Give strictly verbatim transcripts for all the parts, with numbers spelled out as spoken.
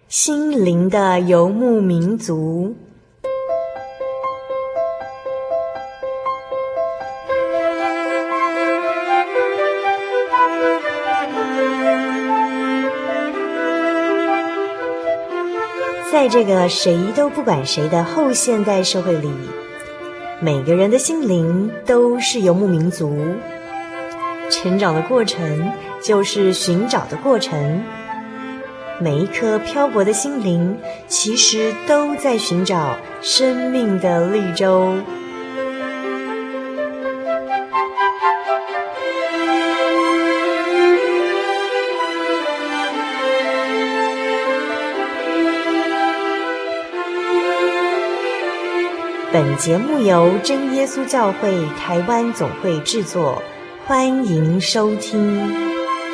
心灵的游牧民族。在这个谁都不管谁的后现代社会里，每个人的心灵都是游牧民族。成长的过程就是寻找的过程，每一颗漂泊的心灵其实都在寻找生命的绿洲。本节目由真耶稣教会台湾总会制作，欢迎收听。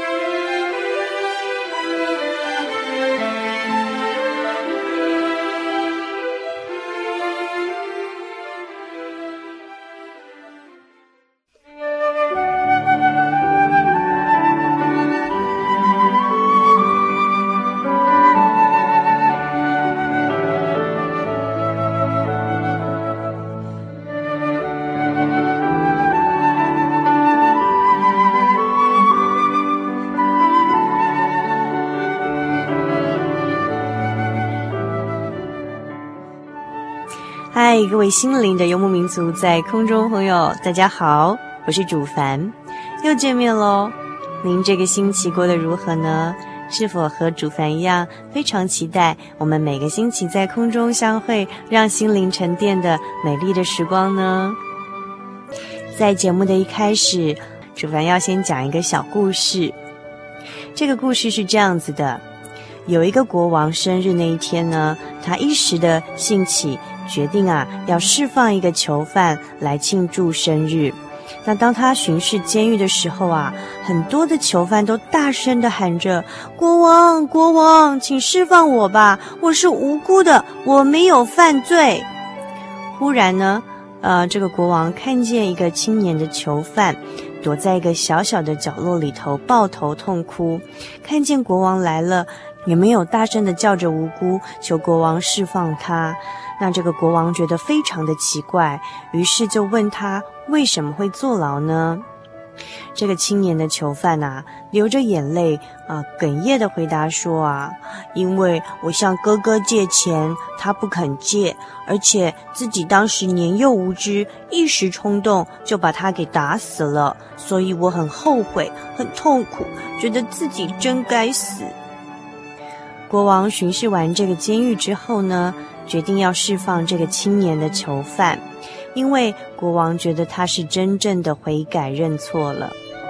嗨，各位心灵的游牧民族在空中朋友，大家好，我是主凡，又见面咯。您这个星期过得如何呢？是否和主凡一样非常期待我们每个星期在空中相会，让心灵沉淀的美丽的时光呢？在节目的一开始，主凡要先讲一个小故事。这个故事是这样子的，有一个国王生日那一天呢，他一时的兴起决定啊，要释放一个囚犯来庆祝生日。那当他巡视监狱的时候啊，很多的囚犯都大声地喊着：国王，国王，请释放我吧，我是无辜的，我没有犯罪。忽然呢，呃，这个国王看见一个青年的囚犯躲在一个小小的角落里头抱头痛哭，看见国王来了，也没有大声地叫着无辜，求国王释放他。那这个国王觉得非常的奇怪，于是就问他为什么会坐牢呢？这个青年的囚犯啊，流着眼泪啊、呃，哽咽的回答说啊，因为我向哥哥借钱，他不肯借，而且自己当时年幼无知，一时冲动就把他给打死了，所以我很后悔，很痛苦，觉得自己真该死。国王巡视完这个监狱之后呢，决定要释放这个青年的囚犯，因为国王觉得他是真正的悔改认错了。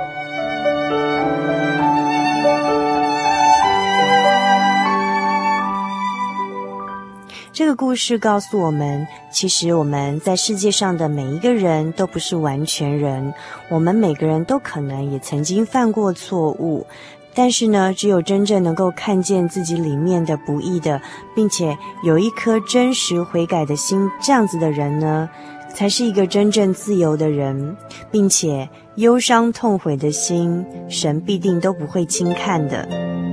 这个故事告诉我们，其实我们在世界上的每一个人都不是完全人，我们每个人都可能也曾经犯过错误，但是呢，只有真正能够看见自己里面的不义的，并且有一颗真实悔改的心，这样子的人呢，才是一个真正自由的人，并且忧伤痛悔的心，神必定都不会轻看的。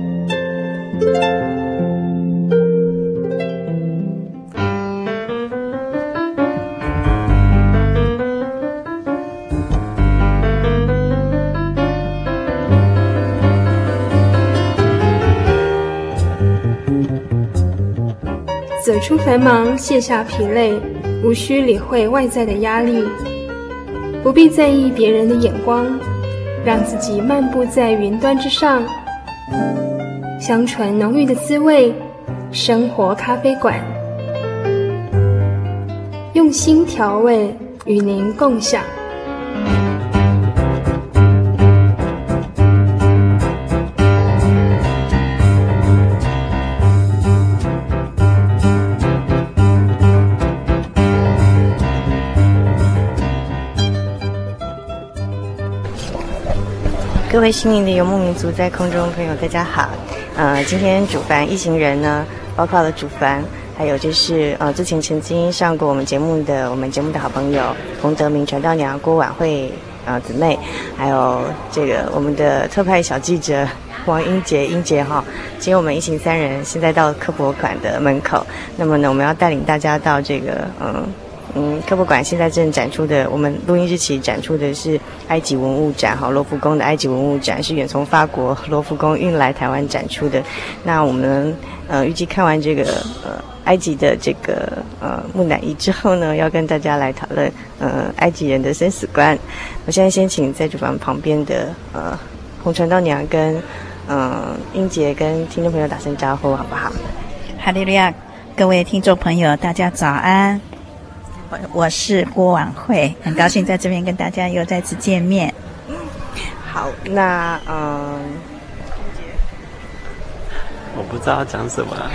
走出繁忙，卸下疲累，无需理会外在的压力，不必在意别人的眼光，让自己漫步在云端之上，香醇浓郁的滋味，生活咖啡馆，用心调味，与您共享。 各位心灵的游牧民族在空中朋友大家好，呃，今天主凡一行人呢，包括了主凡，还有就是呃之前曾经上过我们节目的我们节目的好朋友洪德明传道娘郭婉慧呃姊妹，还有这个我们的特派小记者王英杰，英杰哈。今天我们一行三人现在到科博馆的门口，那么呢，我们要带领大家到这个嗯嗯科博馆现在正展出的，我们录音日期展出的是埃及文物展哈，罗浮宫的埃及文物展是远从法国罗浮宫运来台湾展出的。那我们呃预计看完这个呃。埃及的这个呃木乃伊之后呢，要跟大家来讨论呃埃及人的生死观。我现在先请在主房旁边的呃红传道娘跟呃英杰跟听众朋友打声招呼，好不好？ 哈利路亚，各位听众朋友，大家早安。我我是郭婉慧，很高兴在这边跟大家又再次见面。 好，那嗯， 我不知道讲什么、啊。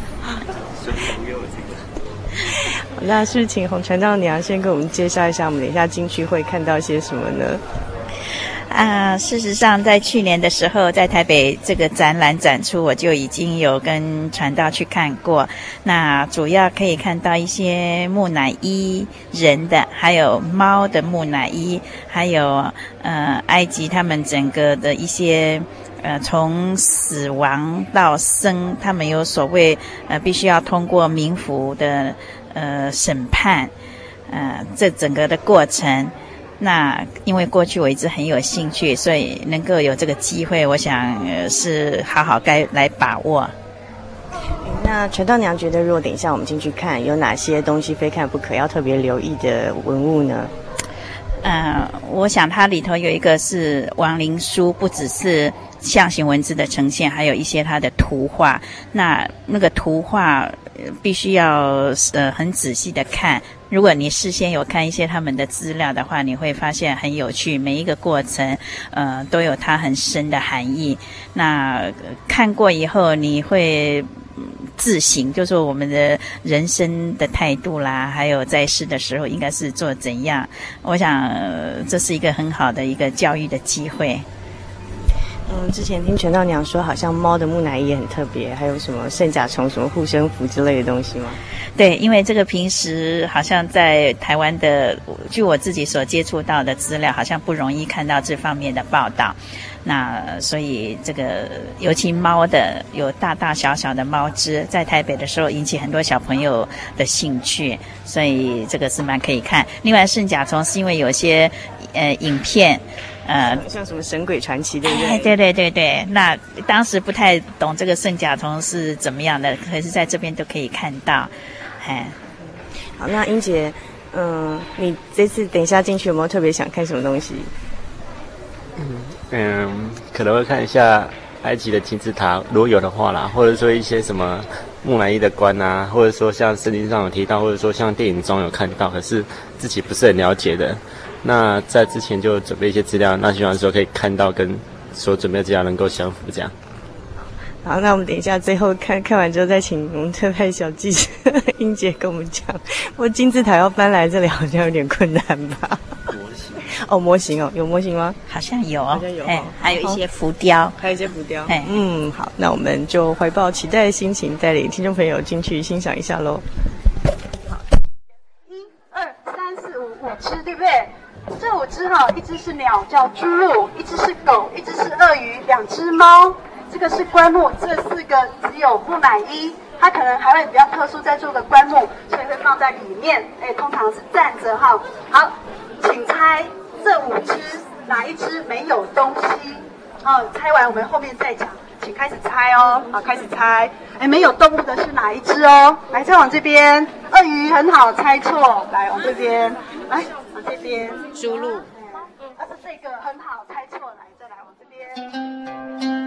那是请红传道娘先给我们介绍一下，我们等一下进去会看到些什么呢？ 啊，事实上，在去年的时候，在台北这个展览展出，我就已经有跟传道去看过。那主要可以看到一些木乃伊人的，还有猫的木乃伊，还有呃埃及他们整个的一些。呃，从死亡到生，他们有所谓呃，必须要通过冥府的呃审判，呃，这整个的过程。那因为过去我一直很有兴趣，所以能够有这个机会，我想、呃、是好好该来把握。 那传道娘觉得，如果等一下我们进去看，有哪些东西非看不可，要特别留意的文物呢？ 呃，我想它里头有一个是亡灵书，不只是象形文字的呈现，还有一些它的图画。那那个图画必须要呃很仔细的看。如果你事先有看一些他们的资料的话，你会发现很有趣，每一个过程呃都有它很深的含义。那、呃、看过以后，你会自省，就是我们的人生的态度啦，还有在世的时候应该是做怎样。我想、呃、这是一个很好的一个教育的机会。 嗯，之前听传道娘说，好像猫的木乃伊也很特别，还有什么圣甲虫、什么护身符之类的东西吗？ 对，因为这个平时好像在台湾的，据我自己所接触到的资料，好像不容易看到这方面的报道。那所以这个尤其猫的有大大小小的猫只，在台北的时候引起很多小朋友的兴趣，所以这个是蛮可以看。另外圣甲虫是因为有些呃影片。呃， 像什么神鬼传奇，对不对？ 哎，对对对对。那当时不太懂这个圣甲虫是怎么样的，可是在这边都可以看到。哎， 好，那英姐，嗯，你这次等一下进去有没有特别想看什么东西？ 嗯嗯，可能会看一下埃及的金字塔，如果有的话啦，或者说一些什么木乃伊的棺啊，或者说像圣经上有提到，或者说像电影中有看到，可是自己不是很了解的。那在之前就准备一些资料，那希望说可以看到跟所准备的资料能够相符，这样。 好，那我们等一下最后看看完之后，再请我们特派小记者英姐跟我们讲。不过金字塔要搬来这里好像有点困难吧？ 模型哦，模型哦，有模型吗？ 好像有， 好像有， 哎，还有一些浮雕， 还有一些浮雕。哎，嗯，好，那我们就怀抱期待的心情，带领听众朋友进去欣赏一下喽。 好，一二三四五，五只，对不对？这五只哈，一只是鸟叫猪鹿，一只是狗，一只是鳄鱼，两只猫。这个是棺木，这四个只有木乃伊，它可能还会比较特殊，再做个棺木，所以会放在里面。哎，通常是站着哈。好，请猜这五只哪一只没有东西？哦，猜完我们后面再讲，请开始猜哦。好，开始猜。哎，没有动物的是哪一只哦？来，再往这边。鳄鱼很好，猜错。来，往这边。来，往这边。 猪鹿。 但是这个很好，猜错。来，再来往这边。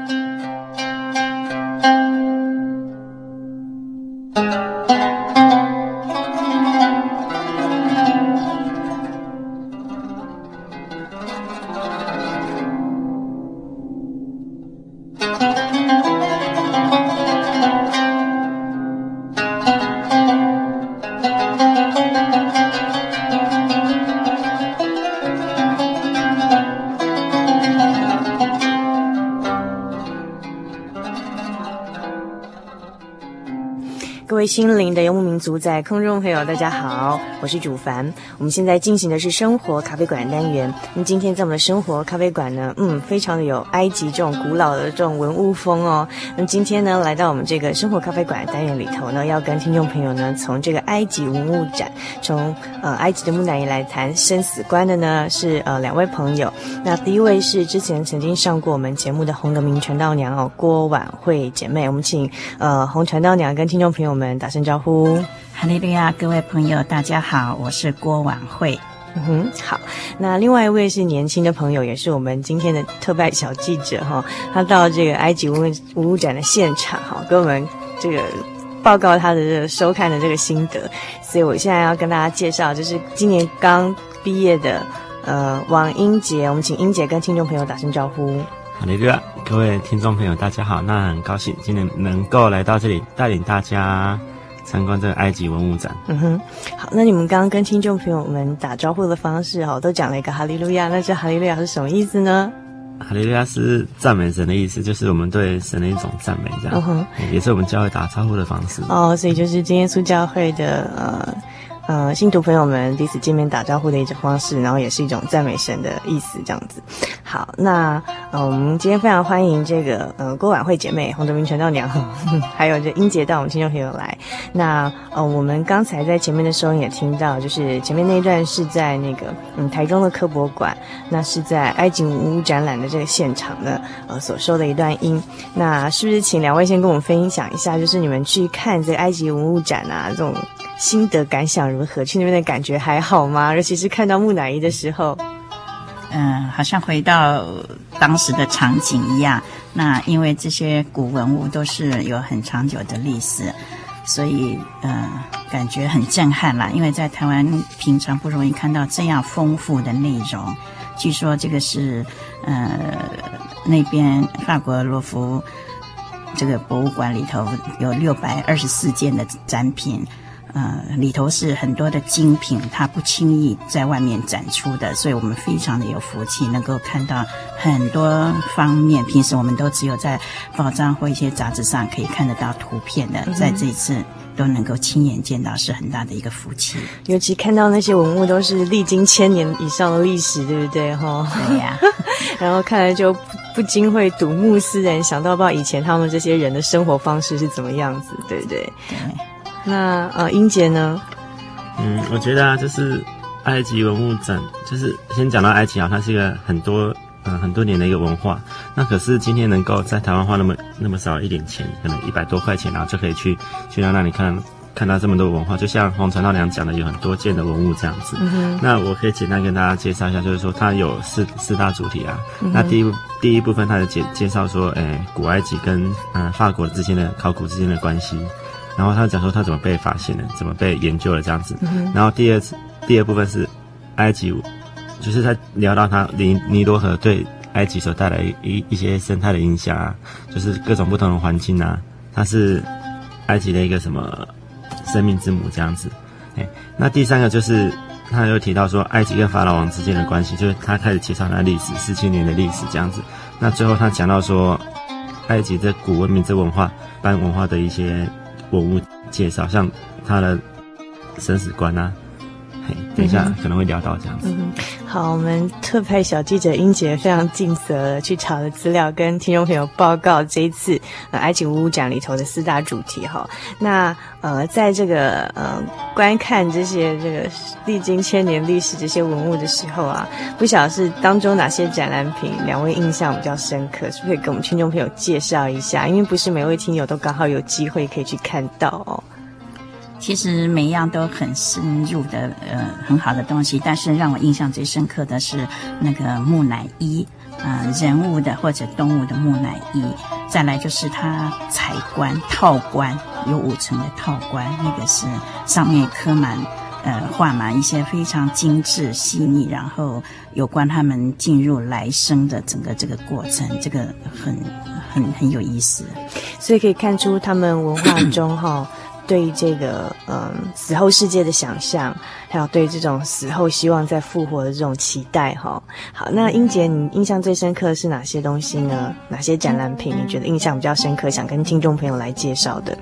各位心灵的游牧民族在空中朋友大家好，我是主凡。我们现在进行的是生活咖啡馆单元。那今天在我们的生活咖啡馆呢，嗯，非常的有埃及这种古老的这种文物风哦。那今天呢，来到我们这个生活咖啡馆单元里头呢，要跟听众朋友呢，从这个埃及文物展，从呃埃及的木乃伊来谈生死观的呢，是呃两位朋友。那第一位是之前曾经上过我们节目的洪德明传道娘哦，郭婉慧姐妹。我们请呃洪传道娘跟听众朋友们们打声招呼。 哈利路亚，各位朋友大家好，我是郭婉慧。 嗯哼，好。那另外一位是年轻的朋友，也是我们今天的特派小记者哈，他到这个埃及文物文物展的现场哈，跟我们这个报告他的这个收看的这个心得。所以我现在要跟大家介绍，就是今年刚毕业的呃王英杰，我们请英杰跟听众朋友打声招呼。 哈利路亚，各位听众朋友大家好，那很高兴今天能够来到这里带领大家参观这个埃及文物展。 嗯哼，好，那你们刚刚跟听众朋友们打招呼的方式哈，都讲了一个哈利路亚，那这哈利路亚是什么意思呢？ 哈利路亚是赞美神的意思，就是我们对神的一种赞美，这样，嗯哼，也是我们教会打招呼的方式。 哦，所以就是真耶稣教会的呃。呃，信徒朋友们彼此见面打招呼的一种方式，然后也是一种赞美神的意思，这样子。好，那呃，我们今天非常欢迎这个呃郭婉慧姐妹、洪德明传道娘，还有这英杰到我们听众朋友来。那呃，我们刚才在前面的时候也听到，就是前面那一段是在那个嗯台中的科博馆，那是在埃及文物展览的这个现场呢，呃所收的一段音。那是不是请两位先跟我们分享一下，就是你们去看这个埃及文物展啊，这种心得感想如何？去那边的感觉还好吗？尤其是看到木乃伊的时候， 嗯、呃，好像回到当时的场景一样。那因为这些古文物都是有很长久的历史，所以呃，感觉很震撼啦。因为在台湾平常不容易看到这样丰富的内容。据说这个是呃那边法国罗浮这个博物馆里头有六百二十四件的展品。呃，里头是很多的精品，它不轻易在外面展出的，所以我们非常的有福气，能够看到很多方面，平时我们都只有在报章或一些杂志上可以看得到图片的，嗯、在这一次都能够亲眼见到，是很大的一个福气。 尤其看到那些文物都是历经千年以上的历史，对不对？哈， 对呀、啊。 然后看来就不禁会睹目思人，想到不知道以前他们这些人的生活方式是怎么样子，对不对？ 对。 那呃，英杰呢？ 嗯，我觉得啊，就是埃及文物展，就是先讲到埃及啊，它是一个很多嗯、呃、很多年的一个文化。那可是今天能够在台湾花那么那么少一点钱，可能一百多块钱，然后就可以去去到那里看看到这么多文化。就像洪传道娘讲的，有很多件的文物这样子。嗯、那我可以简单跟大家介绍一下，就是说它有四四大主题啊。嗯、那第一第一部分，它的介介绍说，诶，古埃及跟嗯、呃、法国之间的考古之间的关系。然后他讲说他怎么被发现的，怎么被研究了这样子。嗯、然后第二次第二部分是埃及，就是他聊到他尼尼罗河对埃及所带来一一些生态的影响啊，就是各种不同的环境啊，它是埃及的一个什么生命之母这样子。哎，那第三个就是他又提到说埃及跟法老王之间的关系，就是他开始介绍他的历史四千年的历史这样子。那最后他讲到说埃及这古文明这文化班文化的一些文物介绍，像他的生死观啊，嘿，等一下可能会聊到这样子。 嗯，好，我们特派小记者英杰非常尽责的去查了资料，跟听众朋友报告这一次呃埃及文物展里头的四大主题哈。那呃，在这个呃观看这些这个历经千年历史这些文物的时候啊，不晓得是当中哪些展览品两位印象比较深刻，是不是可以给我们听众朋友介绍一下？因为不是每位听友都刚好有机会可以去看到哦。 其实每一样都很深入的，呃，很好的东西。但是让我印象最深刻的是那个木乃伊，呃，人物的或者动物的木乃伊。再来就是它彩冠、套冠，有五层的套冠，那个是上面刻满，呃，画满一些非常精致细腻，然后有关他们进入来生的整个这个过程，这个很很很有意思。 所以可以看出他们文化中哈。对这个嗯死后世界的想象，还有对这种死后希望再复活的这种期待哈。好，那英杰，你印象最深刻的是哪些东西呢？哪些展览品你觉得印象比较深刻，想跟听众朋友来介绍的？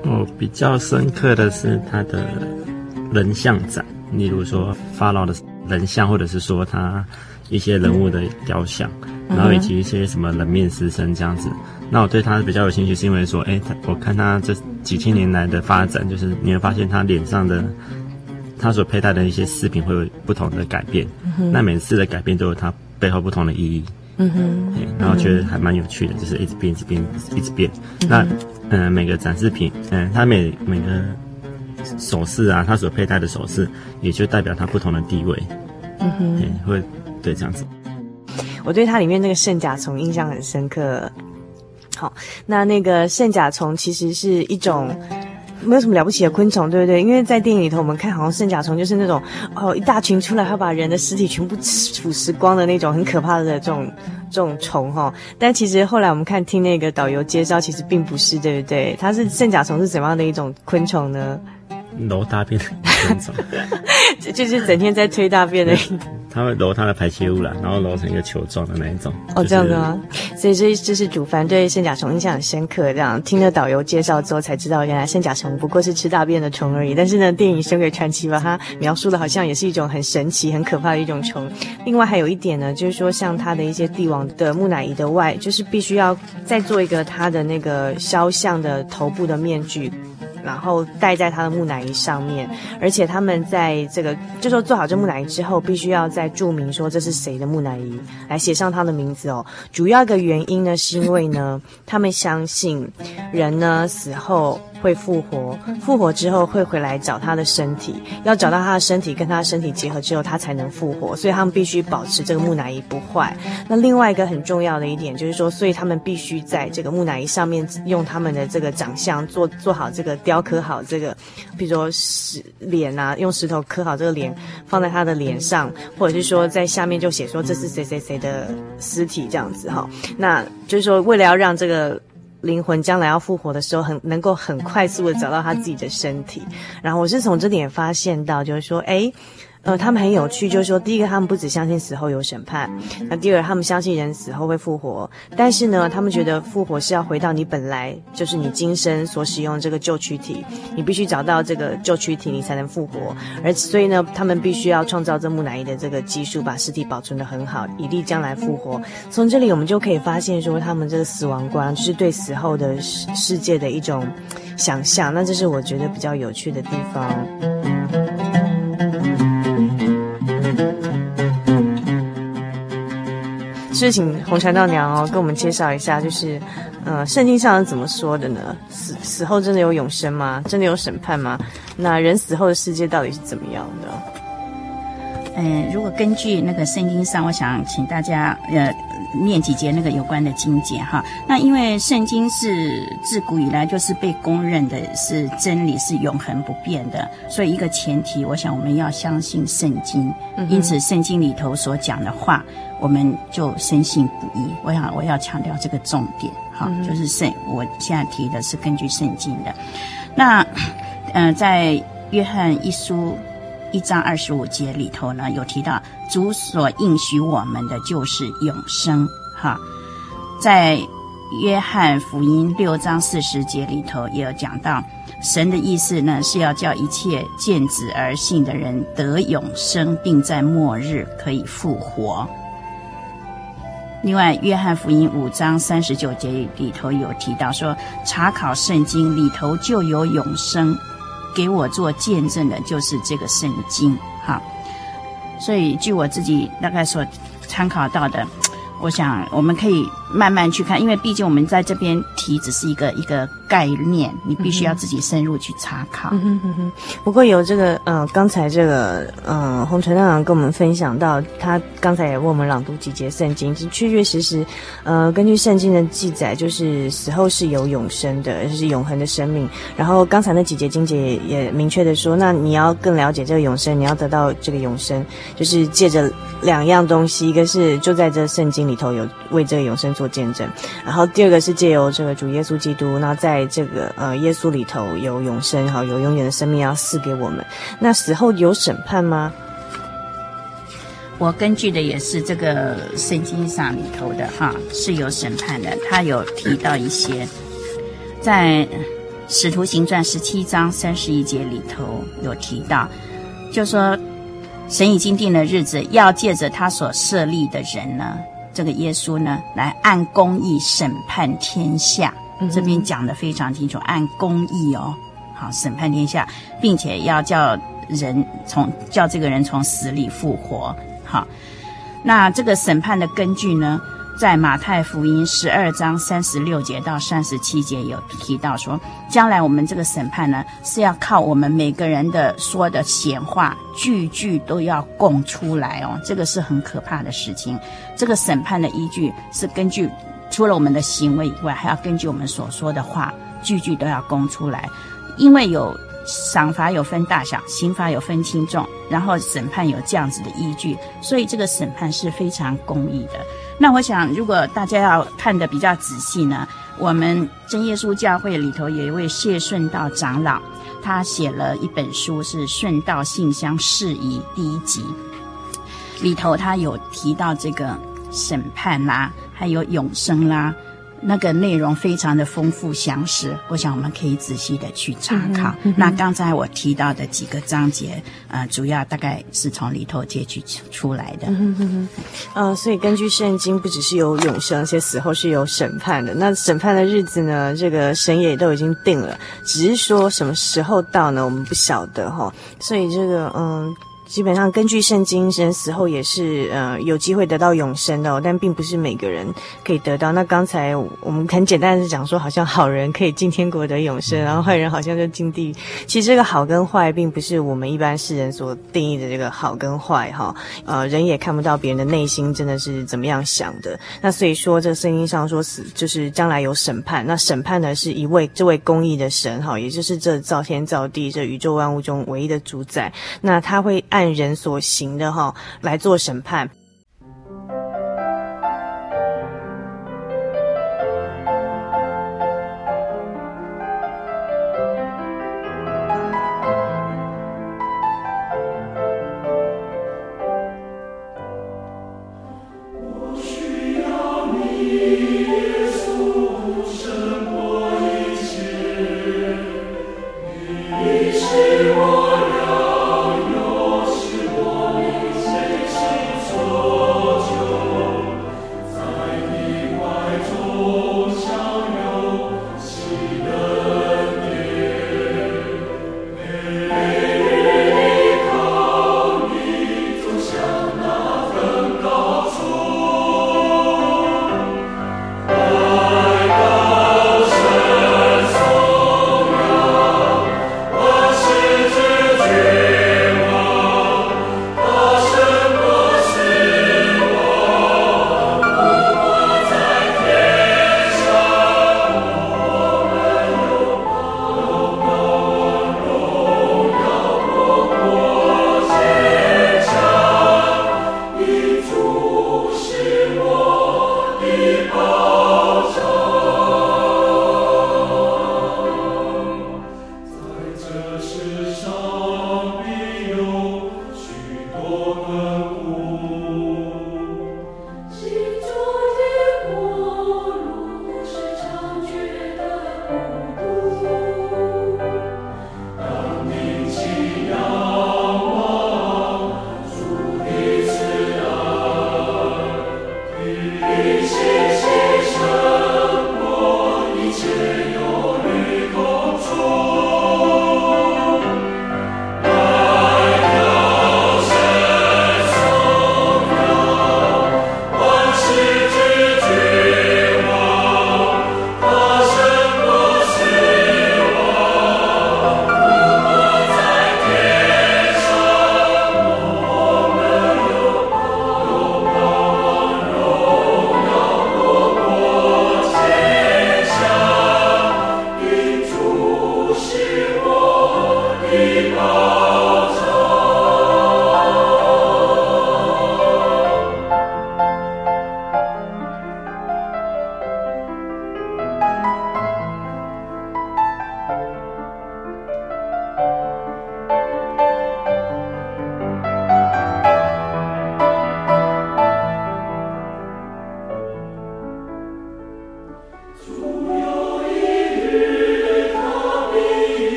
我比较深刻的是他的人像展，例如说法老的人像，或者是说他一些人物的雕像，嗯、然后以及一些什么人面狮身这样子。那我对他比较有兴趣，是因为说，哎，我看他这几千年来的发展，就是你会发现他脸上的他所佩戴的一些饰品会有不同的改变，嗯、那每次的改变都有它背后不同的意义。嗯哼，然后觉得还蛮有趣的，就是一直变，一直变，一直变。嗯、那嗯、呃，每个展示品，嗯、呃，它每每个首饰啊，它所佩戴的首饰，也就代表它不同的地位。嗯哼，会对这样子。 我对它里面那个圣甲虫印象很深刻。好，那那个圣甲虫其实是一种。没有什么了不起的昆虫，对不对？因为在电影里头，我们看好像圣甲虫就是那种哦，一大群出来，它把人的尸体全部腐蚀光的那种很可怕的这种这种虫哈。但其实后来我们看听那个导游介绍，其实并不是，对不对？它是圣甲虫是怎么样的一种昆虫呢？ 揉大便的昆虫， 就是整天在推大便的。 它会揉它的排泄物啦，然后揉成一个球状的那一种。 哦，这样子吗？所以这这是主凡对圣甲虫印象很深刻。这样听了导游介绍之后，才知道原来圣甲虫不过是吃大便的虫而已。但是呢，电影《神鬼传奇》把它描述的好像也是一种很神奇、很可怕的一种虫。另外还有一点呢，就是说像它的一些帝王的木乃伊的外，就是必须要再做一个它的那个肖像的头部的面具。然后戴在他的木乃伊上面，而且他们在这个就说做好这木乃伊之后，必须要再注明说这是谁的木乃伊，来写上他的名字哦。主要一个原因呢，是因为呢，他们相信人呢死后会复活，复活之后会回来找他的身体，要找到他的身体跟他的身体结合之后，他才能复活，所以他们必须保持这个木乃伊不坏。那另外一个很重要的一点就是说，所以他们必须在这个木乃伊上面用他们的这个长相做做好这个雕刻好这个，比如说石脸啊，用石头刻好这个脸放在他的脸上，或者是说在下面就写说这是谁谁谁的尸体这样子哈。那就是说为了要让这个灵魂将来要复活的时候很能够很快速的找到他自己的身体。然后我是从这点发现到就是说诶呃，他们很有趣，就是说，第一个，他们不只相信死后有审判，那第二，他们相信人死后会复活，但是呢，他们觉得复活是要回到你本来就是你今生所使用的这个旧躯体，你必须找到这个旧躯体，你才能复活。而所以呢，他们必须要创造这木乃伊的这个技术，把尸体保存得很好，以利将来复活。从这里我们就可以发现说，他们这个死亡观就是对死后的世界的一种想象，那这是我觉得比较有趣的地方。是请红传道娘哦，跟我们介绍一下，就是呃，圣经上是怎么说的呢？死死后真的有永生吗？真的有审判吗？那人死后的世界到底是怎么样的？ 嗯、呃，如果根据那个圣经上，我想请大家呃念几节那个有关的经节哈。那因为圣经是自古以来就是被公认的是真理，是永恒不变的，所以一个前提，我想我们要相信圣经。嗯、因此，圣经里头所讲的话，我们就深信不疑。我想我要强调这个重点哈，嗯、就是圣我现在提的是根据圣经的。那呃，在约翰一书一章二十五节里头呢，有提到主所应许我们的就是永生哈。在约翰福音六章四十节里头也有讲到，神的意思呢是要叫一切见子而信的人得永生，并在末日可以复活。另外约翰福音五章三十九节里头有提到说，查考圣经里头就有永生，给我做见证的就是这个圣经哈。所以据我自己大概所参考到的，我想我们可以慢慢去看，因为毕竟我们在这边提只是一个一个概念，你必须要自己深入去查考。嗯哼哼哼。不过有这个呃，刚才这个呃，洪传道长跟我们分享到，他刚才也为我们朗读几节圣经，是确确实实呃，根据圣经的记载，就是死后是有永生的，就是永恒的生命。然后刚才那几节经节也也明确的说，那你要更了解这个永生，你要得到这个永生，就是借着两样东西，一个是就在这圣经里头有为这个永生做见证，然后第二个是借由这个主耶稣基督，那在这个呃耶稣里头有永生，好有永远的生命要赐给我们。那死后有审判吗？ 我根据的也是这个圣经上里头的哈，是有审判的。他有提到一些，在使徒行传十七章三十一节里头有提到，就说神已经定了日子，要借着他所设立的人呢，这个耶稣呢，来按公义审判天下。嗯、这边讲得非常清楚，按公义哦，好审判天下，并且要叫人从叫这个人从死里复活。好，那这个审判的根据呢，在马太福音十二章三十六节到三十七节有提到说，将来我们这个审判呢，是要靠我们每个人的说的闲话，句句都要供出来哦，这个是很可怕的事情。这个审判的依据是根据除了我们的行为以外，还要根据我们所说的话，句句都要供出来。因为有赏罚有分大小，刑罚有分轻重，然后审判有这样子的依据，所以这个审判是非常公义的。那我想如果大家要看得比较仔细呢，我们真耶稣教会里头有一位谢顺道长老，他写了一本书是《顺道信箱释疑》第一集，里头他有提到这个审判啦，还有永生啦，那个内容非常的丰富详实，我想我们可以仔细的去查考。嗯嗯、那刚才我提到的几个章节，呃，主要大概是从里头截取出来的。 嗯嗯呃，所以根据圣经，不只是有永生，而且死后是有审判的。那审判的日子呢，这个神也都已经定了，只是说什么时候到呢，我们不晓得哈。所以这个嗯。基本上根据圣经，人死后也是呃有机会得到永生的、哦，但并不是每个人可以得到。那刚才我们很简单的讲说，好像好人可以进天国得永生，然后坏人好像就进地狱。其实这个好跟坏，并不是我们一般世人所定义的这个好跟坏哈。呃，人也看不到别人的内心真的是怎么样想的。那所以说，这圣经上说死就是将来有审判。那审判呢，是一位这位公义的神哈，也就是这造天造地这宇宙万物中唯一的主宰。那他会按按人所行的哈来做审判。 是我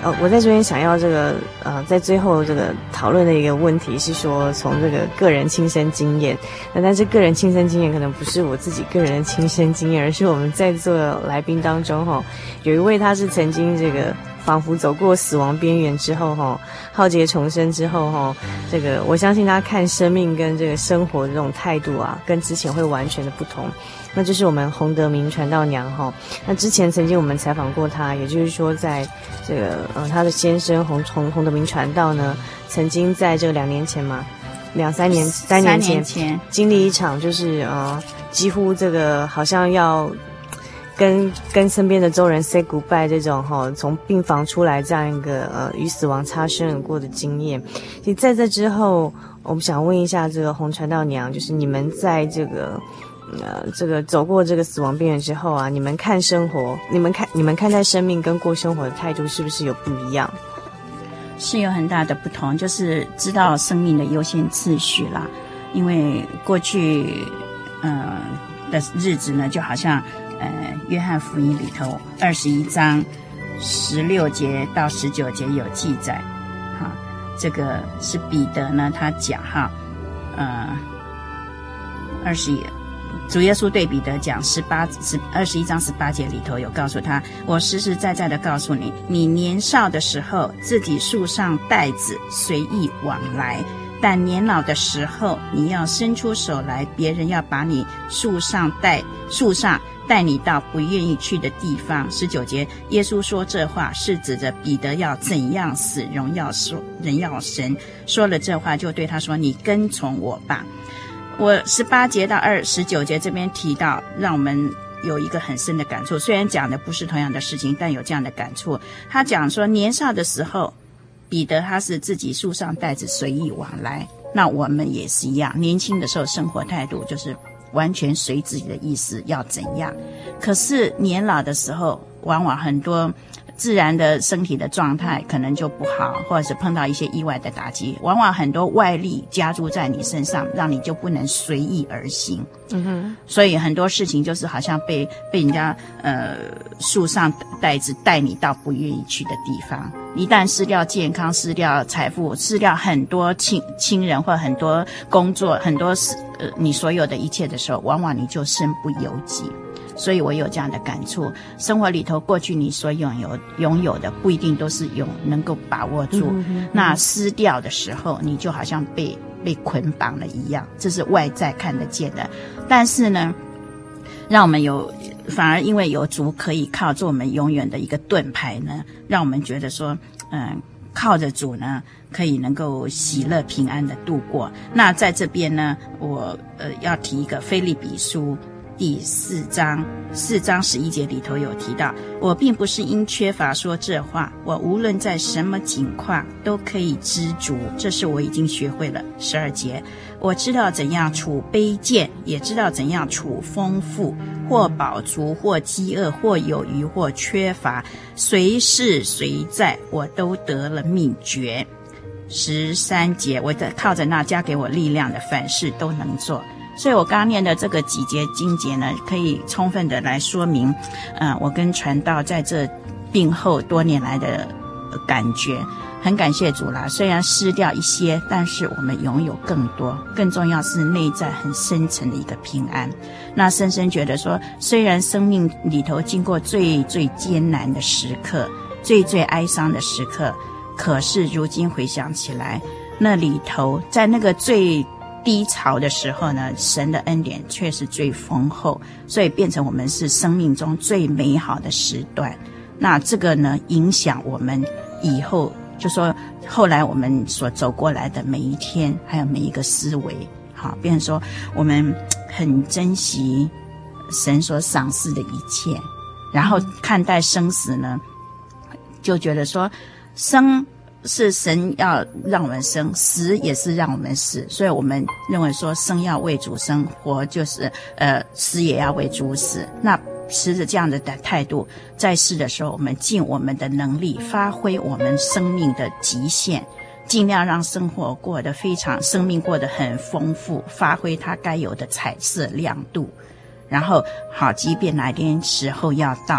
呃，我在这边想要这个呃，在最后这个讨论的一个问题是说，从这个个人亲身经验，那但是个人亲身经验可能不是我自己个人的亲身经验，而是我们在座的来宾当中哈，有一位他是曾经这个仿佛走过死亡边缘之后哈，浩劫重生之后哈，这个我相信他看生命跟这个生活的这种态度啊，跟之前会完全的不同。那就是我们洪德明传道娘哈。那之前曾经我们采访过他，也就是说在这个呃他的先生洪洪洪德明传道呢，曾经在这个两年前嘛，两三年三年前, 年前经历一场就是呃几乎这个好像要跟跟身边的周人 say goodbye 这种哈，从病房出来这样一个呃与死亡擦身而过的经验。其实在这之后，我们想问一下这个洪传道娘，就是你们在这个呃这个走过这个死亡边缘之后啊，你们看生活，你们看你们看待生命跟过生活的态度是不是有不一样？ 是有很大的不同，就是知道生命的优先次序啦。因为过去呃的日子呢，就好像呃约翰福音里头二十一章十六节到十九节有记载，哈，这个是彼得呢他讲哈，呃二十一。主耶稣对彼得讲，十八十二十一章十八节里头有告诉他，我实实在在的告诉你，你年少的时候自己束上带子随意往来，但年老的时候你要伸出手来，别人要把你束上带束上带你到不愿意去的地方。十九节，耶稣说这话是指着彼得要怎样死荣耀人耀神，说了这话就对他说，你跟从我吧。我十八节到二十九节这边提到，让我们有一个很深的感触，虽然讲的不是同样的事情，但有这样的感触。他讲说年少的时候彼得他是自己束上带子随意往来，那我们也是一样，年轻的时候生活态度就是完全随自己的意思要怎样，可是年老的时候往往很多自然的身体的状态可能就不好，或者是碰到一些意外的打击，往往很多外力加诸在你身上，让你就不能随意而行。嗯哼，所以很多事情就是好像被被人家呃束上带子带你到不愿意去的地方。一旦失掉健康，失掉财富，失掉很多亲亲人或很多工作，很多呃你所有的一切的时候，往往你就身不由己。所以我有这样的感触，生活里头过去你所拥有拥有的不一定都是有能够把握住，嗯哼嗯哼，那失掉的时候你就好像被被捆绑了一样，这是外在看得见的。但是呢，让我们有反而因为有主可以靠，做我们永远的一个盾牌呢，让我们觉得说嗯，靠着主呢可以能够喜乐平安的度过。那在这边呢，我呃要提一个腓立比书第四章四章十一节里头有提到，我并不是因缺乏说这话，我无论在什么境况都可以知足，这是我已经学会了。十二节，我知道怎样处卑贱，也知道怎样处丰富，或饱足，或饥饿，或有余，或缺乏，随事随在，我都得了秘诀。十三节，我靠着那加给我力量的，凡事都能做。所以我刚刚念的这个几节经节呢，可以充分的来说明呃，我跟传道在这病后多年来的感觉。很感谢主啦，虽然失掉一些，但是我们拥有更多，更重要是内在很深层的一个平安。那深深觉得说，虽然生命里头经过最最艰难的时刻，最最哀伤的时刻，可是如今回想起来，那里头在那个最低潮的时候呢，神的恩典却是最丰厚，所以变成我们是生命中最美好的时段。那这个呢，影响我们以后，就说后来我们所走过来的每一天，还有每一个思维，好，变成说我们很珍惜神所赏赐的一切，然后看待生死呢，就觉得说生是神要让我们生，死也是让我们死，所以我们认为说生要为主生，活就是呃死也要为主死。那持着这样的态度，在世的时候，我们尽我们的能力，发挥我们生命的极限，尽量让生活过得非常，生命过得很丰富，发挥它该有的彩色亮度。然后好，即便哪天时候要到，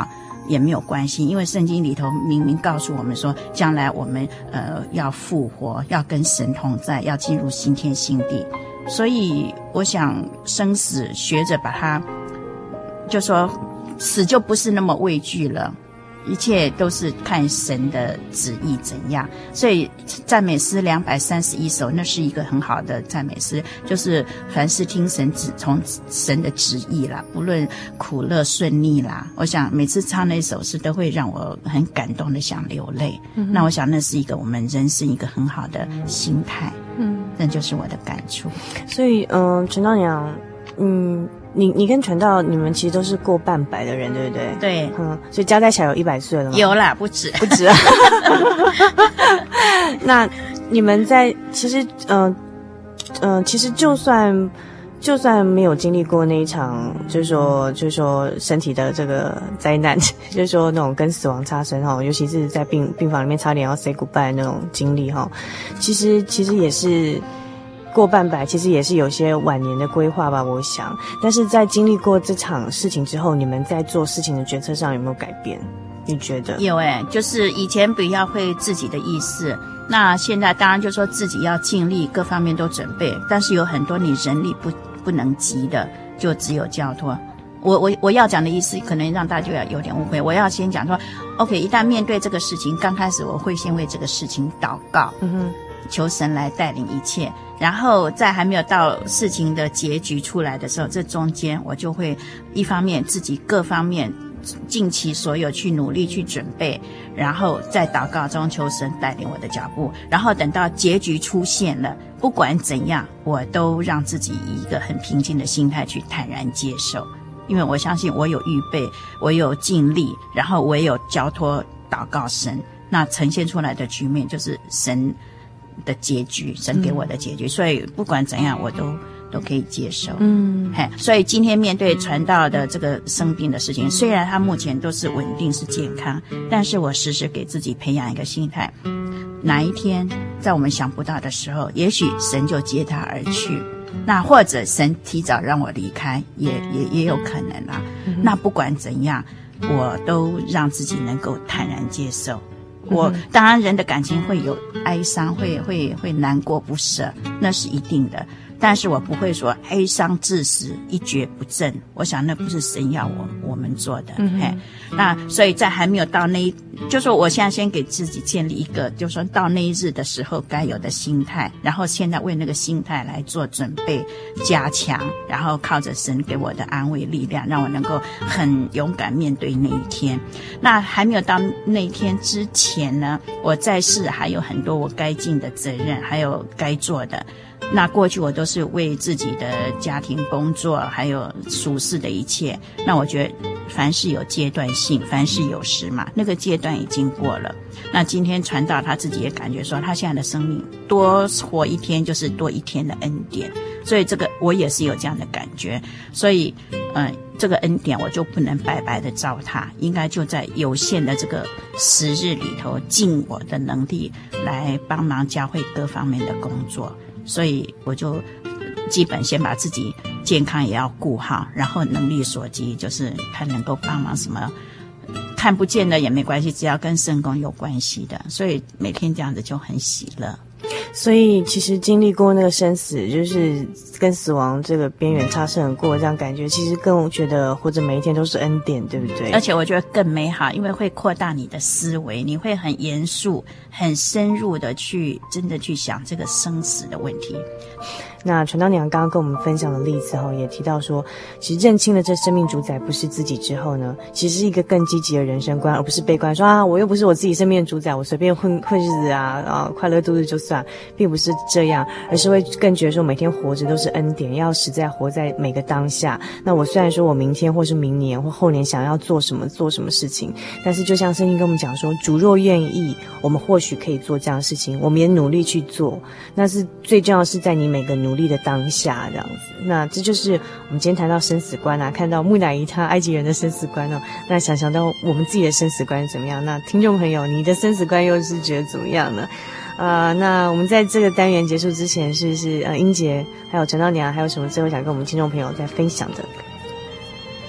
也没有关系，因为圣经里头明明告诉我们说，将来我们呃要复活，要跟神同在，要进入新天新地。所以我想生死学着把它，就说死就不是那么畏惧了，一切都是看神的旨意怎样。所以赞美诗两百三十一首，那是一个很好的赞美诗，就是凡是听神旨，从神的旨意啦，不论苦乐顺利啦，我想每次唱那首诗都会让我很感动的想流泪、嗯、那我想那是一个我们人生一个很好的心态，嗯，那就是我的感触。 所以嗯，陈道娘，嗯，你你跟传道你们其实都是过半百的人，对不对？ 对， 嗯，所以加在起来有一百岁了吗？ 有啦，不止， 不止啊。那你们在其实，嗯、呃，嗯、呃，其实就算就算没有经历过那一场，就是说就是说身体的这个灾难，就是说那种跟死亡擦身哈，尤其是在病病房里面差点要 say goodbye 那种经历哈，其实其实也是。过半百其实也是有些晚年的规划吧，我想。但是在经历过这场事情之后，你们在做事情的决策上有没有改变？你觉得？ 有诶、欸，就是以前比较会自己的意识，那现在当然就说自己要尽力，各方面都准备，但是有很多你人力不不能及的，就只有交托。我我我要讲的意思，可能让大家有点误会。我要先讲说 ，OK， 一旦面对这个事情，刚开始我会先为这个事情祷告，嗯哼，求神来带领一切。然后在还没有到事情的结局出来的时候，这中间我就会一方面自己各方面尽其所有去努力去准备，然后在祷告中求神带领我的脚步，然后等到结局出现了，不管怎样，我都让自己以一个很平静的心态去坦然接受，因为我相信我有预备，我有尽力，然后我也有交托祷告神，那呈现出来的局面就是神的结局，神给我的结局、嗯、所以不管怎样我都都可以接受。嗯，嘿，所以今天面对传道的这个生病的事情，虽然他目前都是稳定是健康，但是我时时给自己培养一个心态，哪一天在我们想不到的时候，也许神就接他而去，那或者神提早让我离开，也也也有可能啦、嗯、那不管怎样，我都让自己能够坦然接受。我当然人的感情会有哀伤，会会会难过不舍，那是一定的，但是我不会说哀伤至死一蹶不振，我想那不是神要我我们做的、嗯、嘿，那所以在还没有到那一，就说我现在先给自己建立一个，就说到那一日的时候该有的心态，然后现在为那个心态来做准备加强，然后靠着神给我的安慰力量，让我能够很勇敢面对那一天。那还没有到那一天之前呢，我在世还有很多我该尽的责任，还有该做的。那过去我都是为自己的家庭工作还有属世的一切，那我觉得凡事有阶段性，凡事有时嘛，那个阶段已经过了。那今天传道他自己也感觉说，他现在的生命多活一天就是多一天的恩典，所以这个我也是有这样的感觉。所以嗯、呃，这个恩典我就不能白白的糟蹋，应该就在有限的这个时日里头尽我的能力来帮忙教会各方面的工作。所以我就基本先把自己健康也要顾好，然后能力所及，就是看能够帮忙什么看不见的也没关系，只要跟圣工有关系的，所以每天这样子就很喜乐。 所以其实经历过那个生死，就是跟死亡这个边缘擦身而过，这样感觉其实更觉得活着每一天都是恩典，对不对？ 而且我觉得更美好，因为会扩大你的思维，你会很严肃很深入的去真的去想这个生死的问题。 那传道娘刚刚跟我们分享的例子后，也提到说，其实认清了这生命主宰不是自己之后呢，其实是一个更积极的人生观，而不是悲观说啊，我又不是我自己生命的主宰，我随便混混日子啊，啊，快乐度日就算，并不是这样，而是会更觉得说每天活着都是恩典，要实在活在每个当下。那我虽然说我明天或是明年或后年想要做什么做什么事情，但是就像圣经跟我们讲说，主若愿意，我们或许可以做这样的事情，我们也努力去做。那是最重要的是在你每个努力的当下这样子。那这就是我们今天谈到生死观啊，看到木乃伊他埃及人的生死观哦，那想想到我们自己的生死观是怎么样？那听众朋友，你的生死观又是觉得怎么样呢？呃，那我们在这个单元结束之前，是不是呃英杰还有陈道娘还有什么最后想跟我们听众朋友再分享的？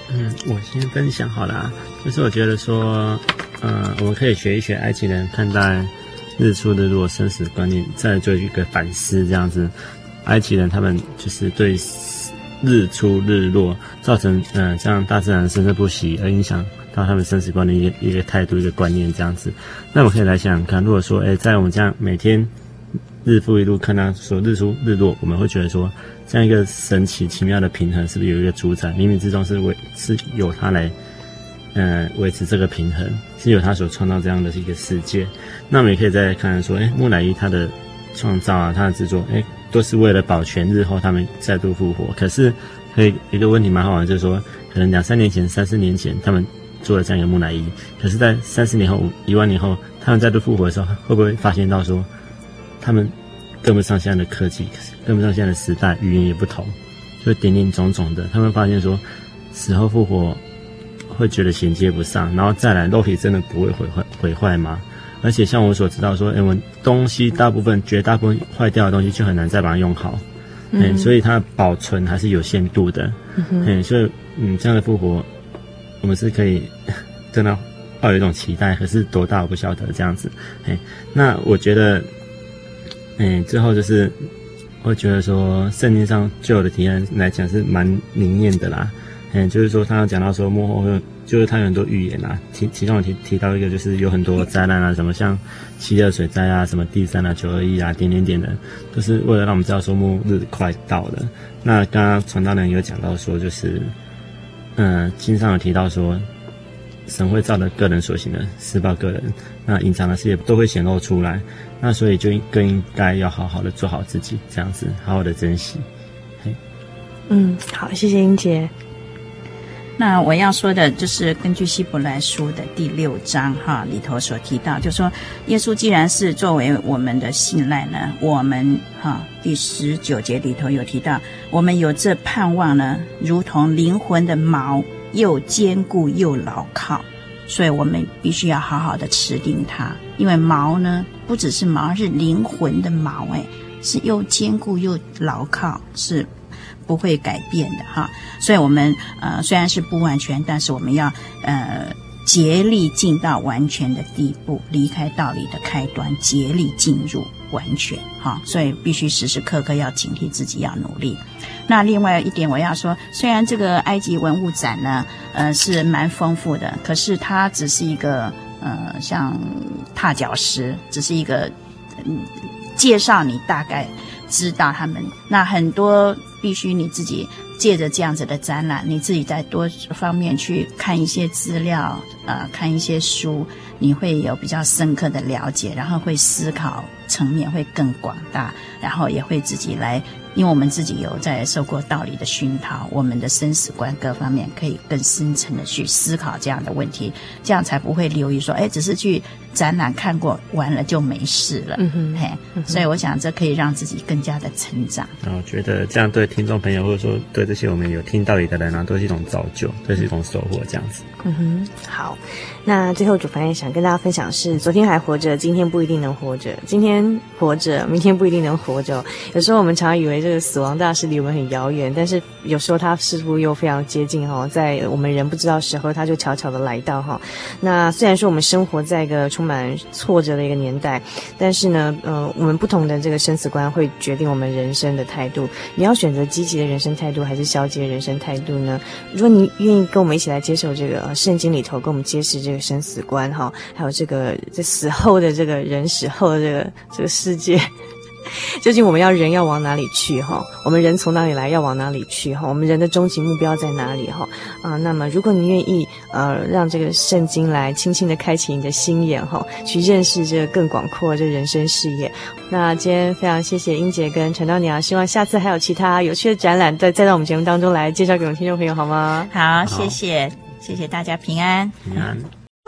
嗯，我先分享好了，就是我觉得说，呃，我们可以学一学埃及人看待日出日落生死观念，再做一个反思，这样子。埃及人他们就是对日出日落造成呃这样大自然生生不息，而影响到他们生死观的一个一个态度一个观念这样子。那我们可以来想想看，如果说哎，在我们这样每天日复一日看到说日出日落，我们会觉得说这样一个神奇奇妙的平衡，是不是有一个主宰？冥冥之中是为是由他来呃维持这个平衡，是由他所创造这样的一个世界。那我们也可以再看说，哎，木乃伊他的创造啊，他的制作，哎，都是为了保全日后他们再度复活。可是可以一个问题蛮好玩，就是说可能两三年前、三四年前他们做了这样一个木乃伊，可是在三十年后、一万年后，他们再度复活的时候，会不会发现到说他们跟不上现在的科技，跟不上现在的时代，语言也不同，所以点点种种的，他们发现说死后复活会觉得衔接不上，然后再来肉体真的不会毁坏毁坏吗？而且像我所知道说，哎，我们东西大部分绝大部分坏掉的东西就很难再把它用好，嗯，欸，所以它的保存还是有限度的，嗯，欸，所以嗯这样的复活我们是可以真的抱有一种期待，可是多大我不晓得这样子，欸，那我觉得嗯，最后就是我觉得说圣经上旧的提案来讲是蛮灵验的啦，嗯，就是说他有讲到说幕后会就是他有很多预言啊，其其中有提提到一个就是有很多灾难啊，什么像七二水灾啊，什么第三啊、九二一啊，点点点的，都是为了让我们知道说末日快到了。那刚刚传道人有讲到说，就是嗯，经上有提到说，神会照着个人所行的施报个人，那隐藏的事也都会显露出来。那所以就更应该要好好的做好自己，这样子好好的珍惜。嘿， 嗯，好，谢谢英姐。 那我要说的就是根据希伯来书的第六章哈里头所提到，就说耶稣既然是作为我们的信赖呢，我们哈第十九节里头有提到，我们有这盼望呢，如同灵魂的锚，又坚固又牢靠，所以我们必须要好好的持定它，因为锚呢不只是锚，是灵魂的锚，哎，是又坚固又牢靠，是不会改变的哈，所以我们呃虽然是不完全，但是我们要呃竭力进到完全的地步，离开道理的开端，竭力进入完全哈，所以必须时时刻刻要警惕自己，要努力。那另外一点我要说，虽然这个埃及文物展呢呃是蛮丰富的，可是它只是一个呃像踏脚石，只是一个嗯介绍你大概知道他们，那很多必须你自己借着这样子的展览，你自己在多方面去看一些资料，呃，看一些书，你会有比较深刻的了解，然后会思考层面会更广大，然后也会自己来，因为我们自己有在受过道理的熏陶，我们的生死观各方面可以更深层的去思考这样的问题，这样才不会流于说，哎，只是去展览看过完了就没事了，嗯哼，嘿，嗯哼，所以我想这可以让自己更加的成长。 然后觉得这样对听众朋友，或者说对这些我们有听道理的人啊，都是一种造就，都是一种收获，这样子。 嗯哼，好。那最后主凡也想跟大家分享是，昨天还活着，今天不一定能活着；今天活着，明天不一定能活着。有时候我们常常以为这个死亡大事离我们很遥远，但是有时候它似乎又非常接近哈，在我们人不知道时候，它就悄悄的来到哈。那虽然说我们生活在一个充满挫折的一个年代，但是呢，呃，我们不同的这个生死观会决定我们人生的态度。你要选择积极的人生态度，还是消极的人生态度呢？如果你愿意跟我们一起来接受这个呃圣经里头跟我们揭示这个生死观哈，还有这个这死后的这个人死后的这个这个世界，究竟我们要人要往哪里去哈？我们人从哪里来，要往哪里去哈？我们人的终极目标在哪里哈？啊，那么如果你愿意呃让这个圣经来轻轻的开启你的心眼哈，去认识这个更广阔的这人生视野。那今天非常谢谢英杰跟陈道娘，希望下次还有其他有趣的展览再再到我们节目当中来介绍给我们听众朋友好吗？ 好，谢谢，谢谢大家平安， 平安。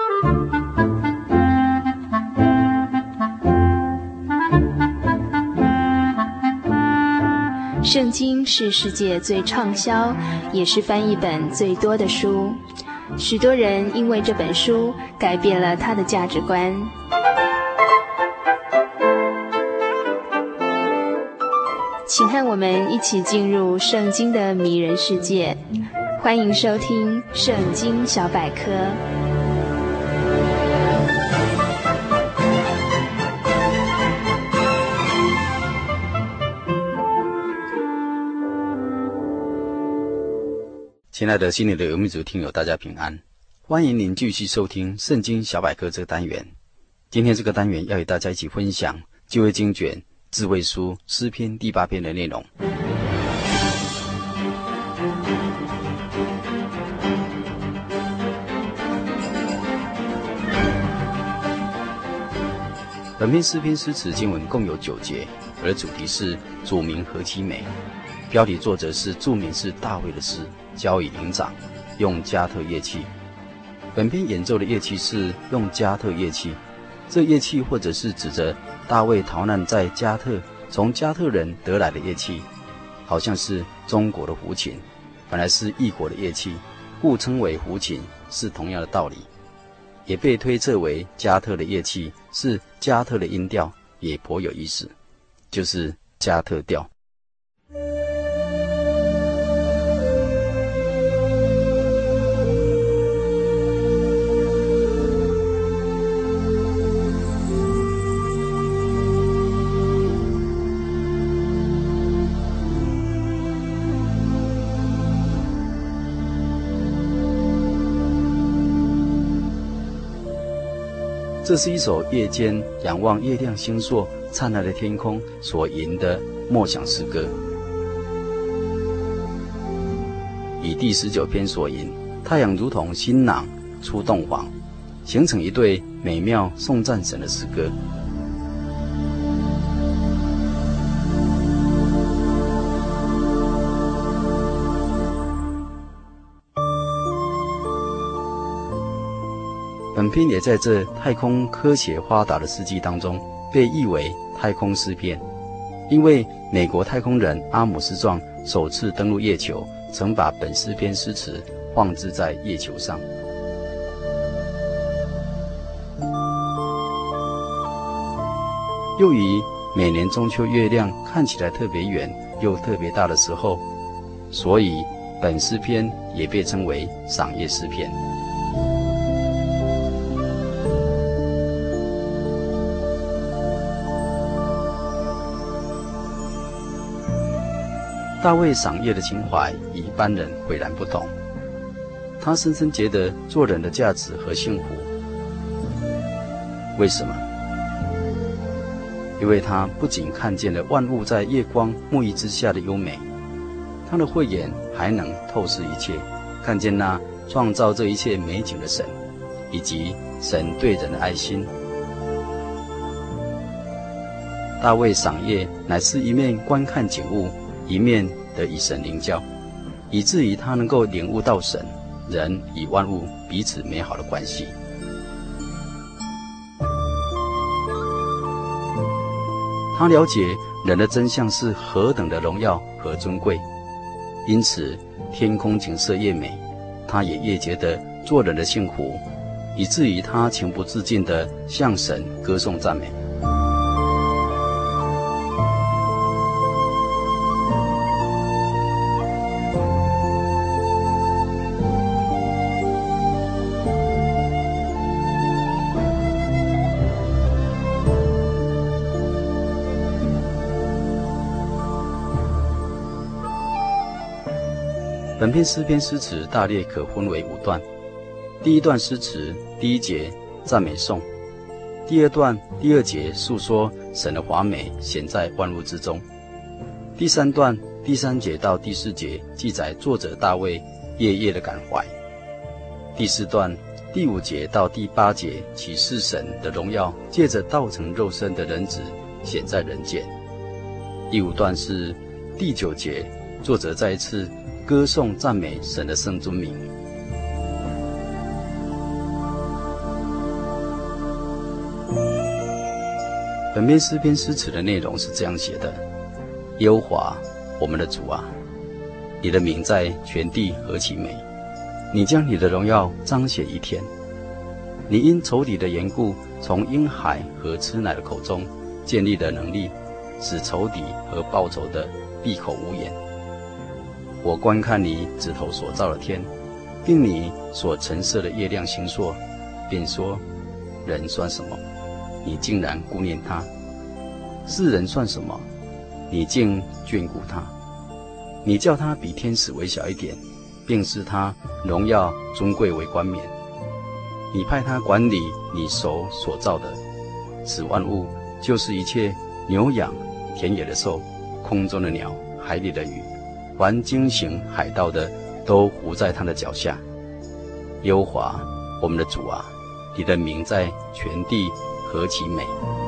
圣经是世界最畅销，也是翻译本最多的书。许多人因为这本书改变了他的价值观。请和我们一起进入圣经的迷人世界， 欢迎收听《圣经小百科》。 亲爱的心灵的游牧族听友，大家平安，欢迎您继续收听《圣经小百科》这个单元。今天这个单元要与大家一起分享旧约经卷智慧书诗篇第八篇的内容。本篇诗篇诗词经文共有九节，而主题是主名何其美。标题作者是著名是大卫的诗，交与灵长，用加特乐器。本篇演奏的乐器是用加特乐器，这乐器或者是指着大卫逃难在加特，从加特人得来的乐器，好像是中国的胡琴，本来是异国的乐器，故称为胡琴，是同样的道理。也被推测为加特的乐器是加特的音调，也颇有意思，就是加特调。这是一首夜间仰望月亮星宿灿烂的天空所吟的默想诗歌，以第十九篇所吟太阳如同新郎出洞房，形成一对美妙颂赞神的诗歌。本篇也在这太空科学发达的世纪当中被译为太空诗篇，因为美国太空人阿姆斯壮首次登陆月球，曾把本诗篇诗词放置在月球上。又于每年中秋月亮看起来特别圆又特别大的时候，所以本诗篇也被称为赏月诗篇。大卫赏月的情怀与一般人迥然不同，他深深觉得做人的价值和幸福。为什么？因为他不仅看见了万物在月光沐浴之下的优美，他的慧眼还能透视一切，看见那创造这一切美景的神，以及神对人的爱心。大卫赏月乃是一面观看景物，一面的与神灵交，以至于他能够领悟到神、人与万物彼此美好的关系。他了解人的真相是何等的荣耀和尊贵，因此天空景色越美，他也越觉得做人的幸福，以至于他情不自禁地向神歌颂赞美。本篇诗篇诗词大略可分为五段。第一段诗词第一节赞美颂，第二段第二节述说神的华美显在万物之中，第三段第三节到第四节记载作者大卫夜夜的感怀，第四段第五节到第八节启示神的荣耀借着道成肉身的人子显在人间。第五段是第九节，作者再一次歌颂赞美神的圣尊名。本篇诗篇诗词的内容是这样写的：耶和华我们的主啊，你的名在全地何其美，你将你的荣耀彰显一天。你因仇敌的缘故，从婴孩和吃奶的口中建立了能力，使仇敌和报仇的闭口无言。 我观看你指头所造的天，并你所陈设的月亮星宿，便说：人算什么？你竟然顾念他；世人算什么？你竟眷顾他。你叫他比天使微小一点，并使他荣耀尊贵为冠冕。你派他管理你手所造的，此万物就是一切牛羊、田野的兽、空中的鸟、海里的鱼，凡经行海道的，都伏在他的脚下。耶和华我们的主啊，你的名在全地何其美！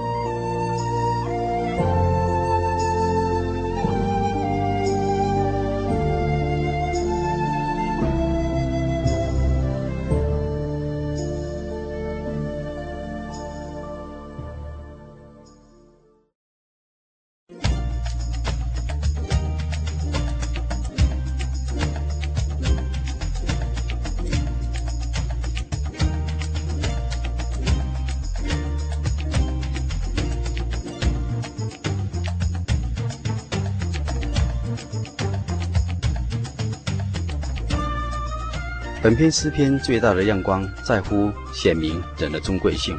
本篇诗篇最大的亮光在乎显明人的尊贵性。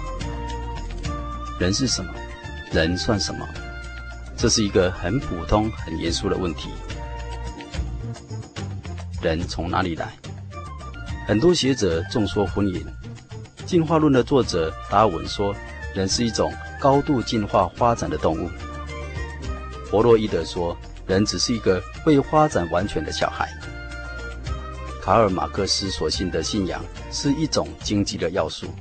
人是什么？人算什么？这是一个很普通、很严肃的问题。人从哪里来？很多学者众说纷纭。进化论的作者达尔文说，人是一种高度进化发展的动物。弗洛伊德说，人只是一个未发展完全的小孩。卡尔马克思所信的信仰是一种经济的要素。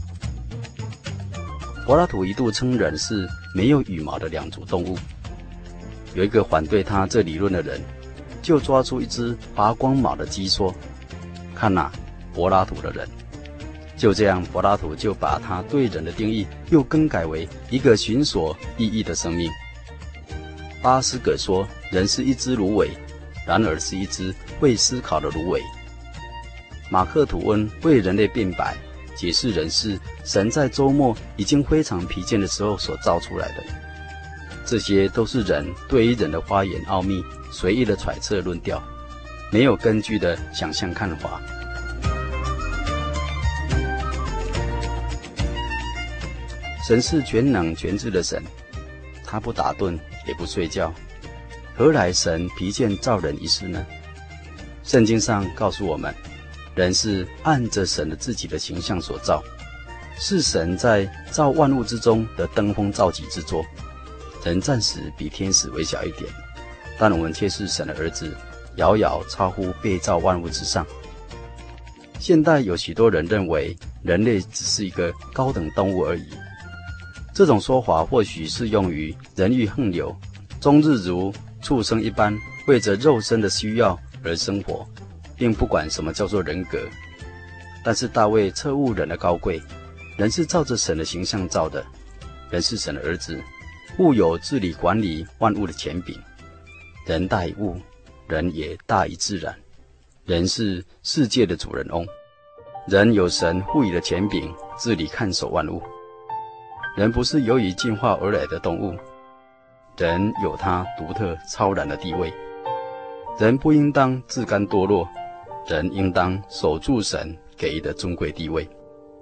柏拉图一度称人是没有羽毛的两足动物。有一个反对他这理论的人，就抓出一只拔光毛的鸡说：看哪，柏拉图的人。就这样，柏拉图就把他对人的定义又更改为一个寻索意义的生命。巴斯葛说，人是一只芦苇，然而是一只会思考的芦苇。马克吐温为人类辩白，解释人是神在周末已经非常疲倦的时候所造出来的。这些都是人对于人的花言奥秘随意的揣测论调，没有根据的想象看法。神是全能全知的神，他不打盹也不睡觉，何来神疲倦造人一事呢？圣经上告诉我们，人是按着神的自己的形象所造，是神在造万物之中的登峰造极之作。人暂时比天使微小一点，但我们却是神的儿子，遥遥超乎被造万物之上。现代有许多人认为人类只是一个高等动物而已，这种说法或许适用于人欲横流，终日如畜生一般为着肉身的需要而生活，并不管什么叫做人格。但是大卫彻悟人的高贵，人是照着神的形象造的，人是神的儿子，物有治理管理万物的权柄。人大于物，人也大于自然，人是世界的主人翁，人有神赋予的权柄治理看守万物。人不是由于进化而来的动物，人有他独特超然的地位。人不应当自甘堕落，人应当守住神给予的尊贵地位。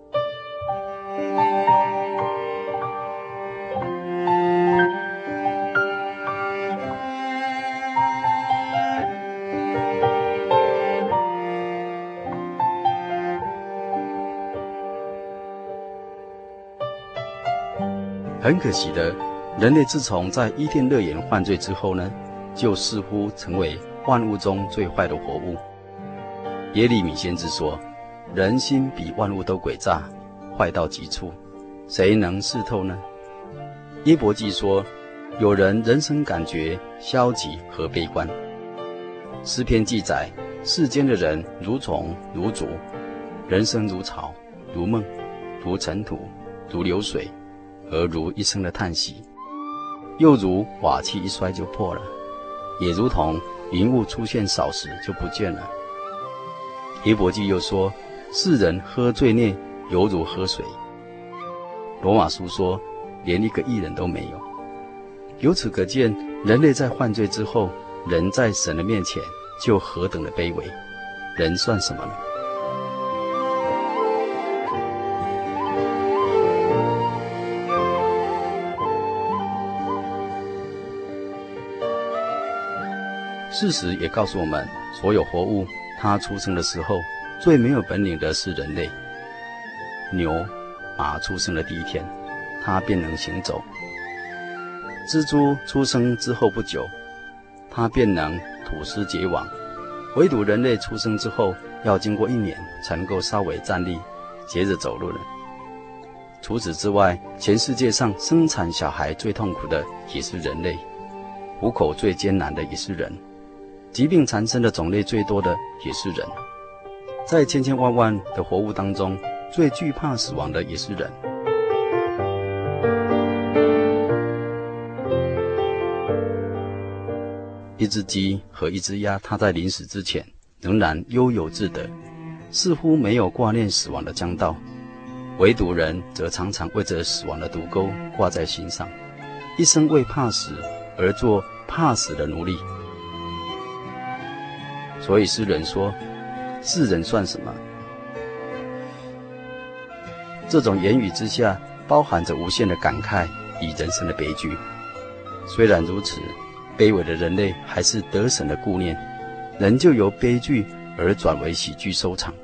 很可惜的，人类自从在伊甸乐园犯罪之后呢，就似乎成为万物中最坏的活物。耶利米先知说，人心比万物都诡诈，坏到极处，谁能识透呢？耶伯记说，有人人生感觉消极和悲观。诗篇记载，世间的人如虫如竹，人生如草如梦，如尘土如流水，而如一声的叹息，又如瓦器一摔就破了，也如同云雾出现少时就不见了。耶伯记又说，世人喝罪孽犹如喝水。罗马书说，连一个义人都没有。由此可见，人类在犯罪之后，人在神的面前就何等的卑微，人算什么呢？事实也告诉我们，所有活物它出生的时候，最没有本领的是人类。牛、马出生的第一天，它便能行走；蜘蛛出生之后不久，它便能吐丝结网。唯独人类出生之后，要经过一年才能够稍微站立，接着走路了。除此之外，全世界上生产小孩最痛苦的也是人类，糊口最艰难的也是人，疾病缠身的种类最多的也是人。在千千万万的活物当中，最惧怕死亡的也是人。一只鸡和一只鸭，它在临死之前仍然悠游自得，似乎没有挂念死亡的将到。唯独人则常常为着死亡的毒钩挂在心上，一生为怕死而做怕死的奴隶。所以诗人说，世人算什么？这种言语之下包含着无限的感慨与人生的悲剧。虽然如此，卑微的人类还是得神的顾念，人就由悲剧而转为喜剧收场。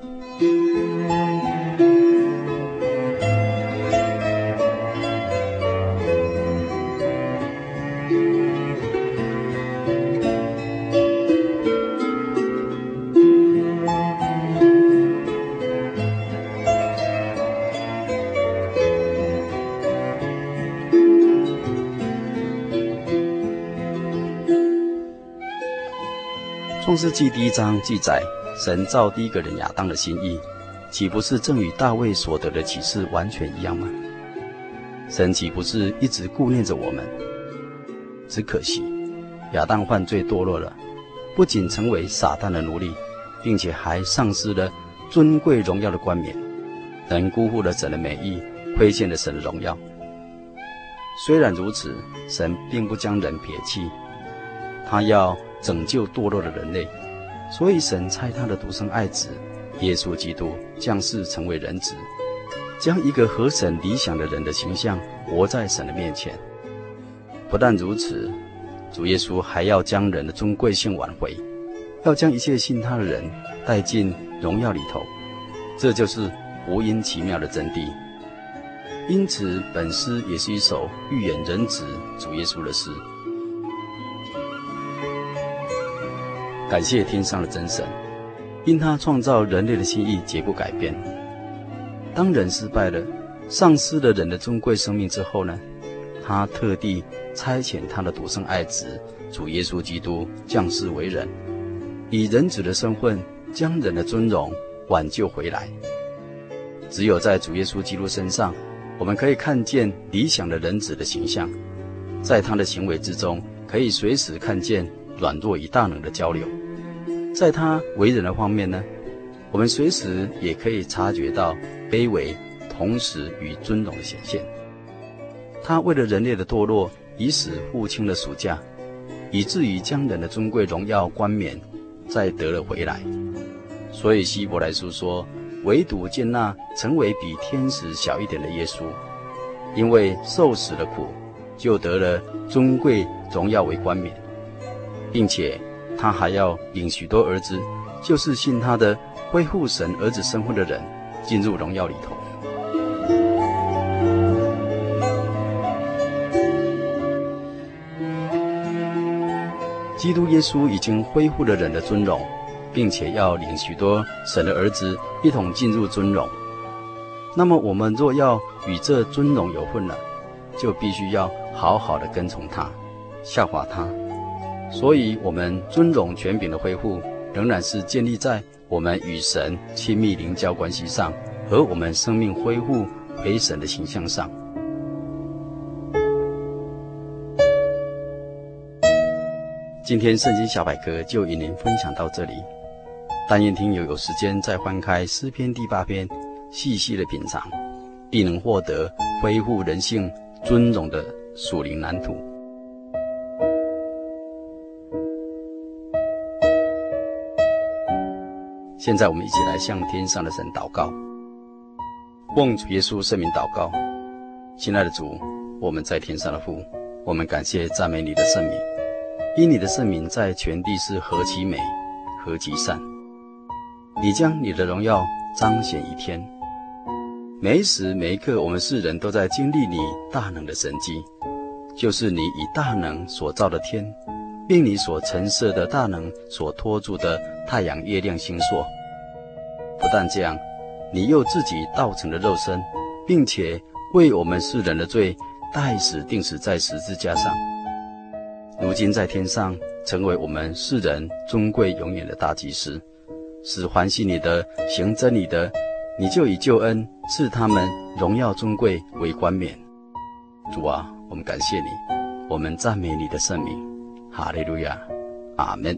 创世纪第一章记载，神造第一个人亚当的心意，岂不是正与大卫所得的启示完全一样吗？神岂不是一直顾念着我们？只可惜亚当犯罪堕落了，不仅成为撒旦的奴隶，并且还丧失了尊贵荣耀的冠冕，人辜负了神的美意，亏欠了神的荣耀。虽然如此，神并不将人撇弃，他要拯救堕落的人类，所以神差他的独生爱子耶稣基督降世成为人子，将一个合神理想的人的形象活在神的面前。不但如此，主耶稣还要将人的尊贵性挽回，要将一切信他的人带进荣耀里头，这就是福音奇妙的真谛。因此本诗也是一首预言人子主耶稣的诗。感谢天上的真神，因他创造人类的心意绝不改变。当人失败了，丧失了人的尊贵生命之后呢，他特地差遣他的独生爱子主耶稣基督降世为人，以人子的身份将人的尊荣挽救回来。只有在主耶稣基督身上，我们可以看见理想的人子的形象，在他的行为之中可以随时看见软弱与大能的交流。在他为人的方面呢，我们随时也可以察觉到卑微同时与尊荣的显现。他为了人类的堕落，以死付清了赎价，以至于将人的尊贵荣耀冠冕再得了回来。所以希伯来书说，唯独见那成为比天使小一点的耶稣，因为受死的苦，就得了尊贵荣耀为冠冕，并且他还要领许多儿子，就是信他的恢复神儿子身份的人，进入荣耀里头。基督耶稣已经恢复了人的尊荣，并且要领许多神的儿子一同进入尊荣。那么我们若要与这尊荣有份了，就必须要好好的跟从他，效法他。所以我们尊荣权柄的恢复，仍然是建立在我们与神亲密灵交关系上，和我们生命恢复回神的形象上。今天圣经小百科就与您分享到这里，但愿听友有时间再翻开诗篇第八篇，细细的品尝，必能获得恢复人性尊荣的属灵蓝图。 现在我们一起来向天上的神祷告，奉主耶稣圣名祷告。亲爱的主，我们在天上的父，我们感谢赞美你的圣名，因你的圣名在全地是何其美，何其善。你将你的荣耀彰显一天，每一时每一刻，我们世人都在经历你大能的神迹，就是你以大能所造的天，并你所陈设的大能所托住的太阳、月亮、星宿。不但这样，你又自己道成了肉身，并且为我们世人的罪代死定死在十字架上，如今在天上成为我们世人尊贵永远的大祭司，使欢喜你的、行真理的，你就以救恩赐他们荣耀尊贵为冠冕。主啊，我们感谢你，我们赞美你的圣名。哈利路亚，阿们。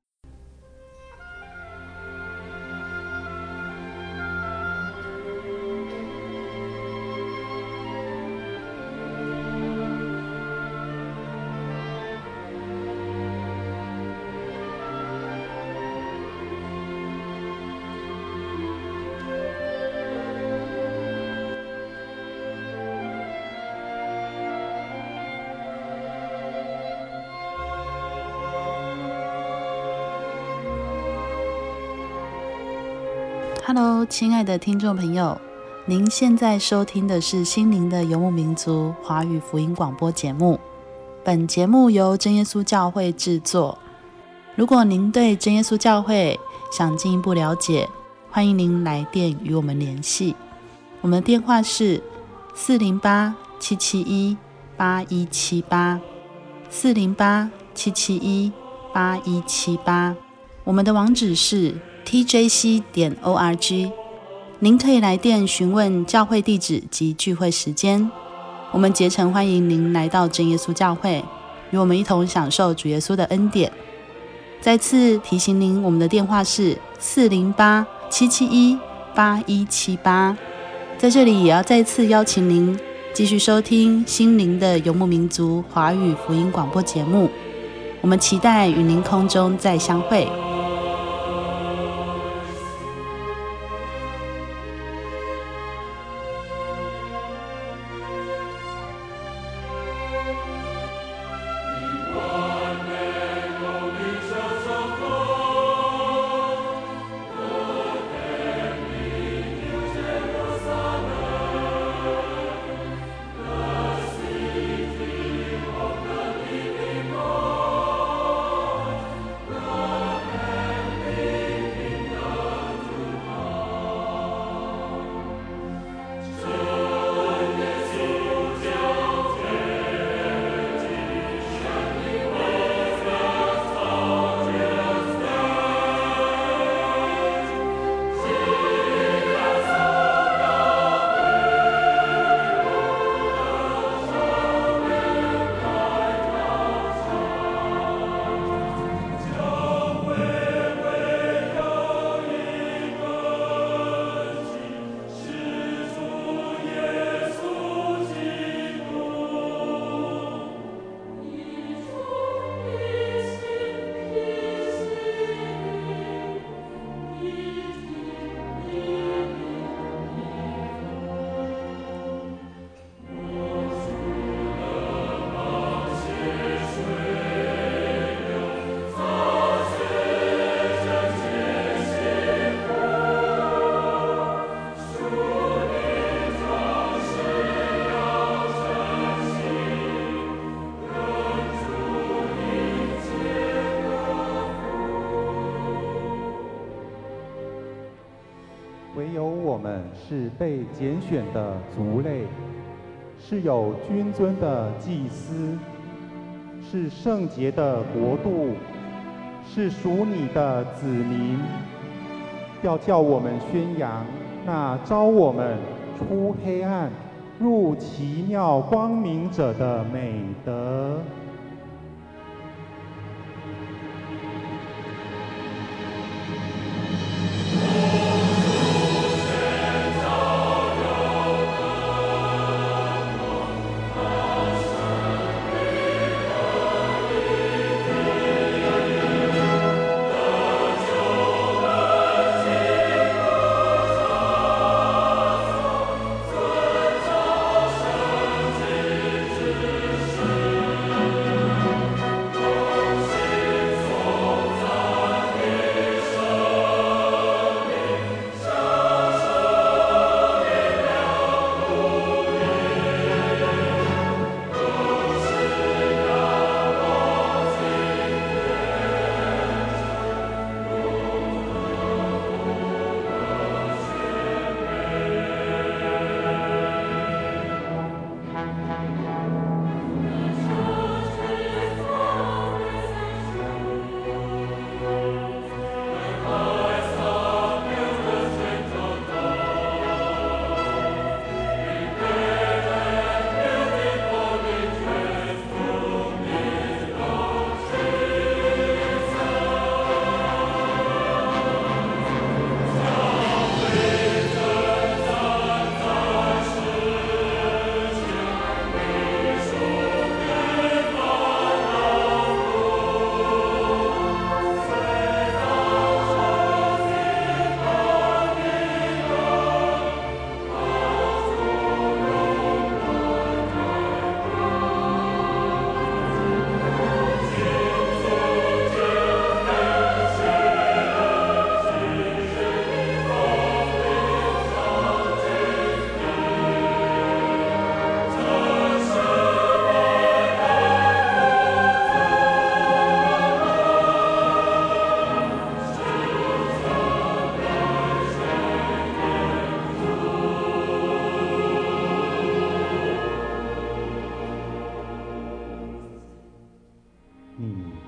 Hello， 亲爱的听众朋友，您现在收听的是心灵的游牧民族华语福音广播节目。本节目由真耶稣教会制作。如果您对真耶稣教会想进一步了解，欢迎您来电与我们联系。我们的电话是四零八七七一八一七八，四零八七七一八一七八。我们的网址是 T J C 点 O R G， 您可以来电询问教会地址及聚会时间。我们竭诚欢迎您来到真耶稣教会，与我们一同享受主耶稣的恩典。再次提醒您，我们的电话是四零八七七一八一七八。在这里也要再次邀请您继续收听心灵的游牧民族华语福音广播节目，我们期待与您空中再相会。 唯有我们是被拣选的族类，是有君尊的祭司，是圣洁的国度，是属你的子民，要叫我们宣扬那召我们出黑暗入奇妙光明者的美德。 Thank you.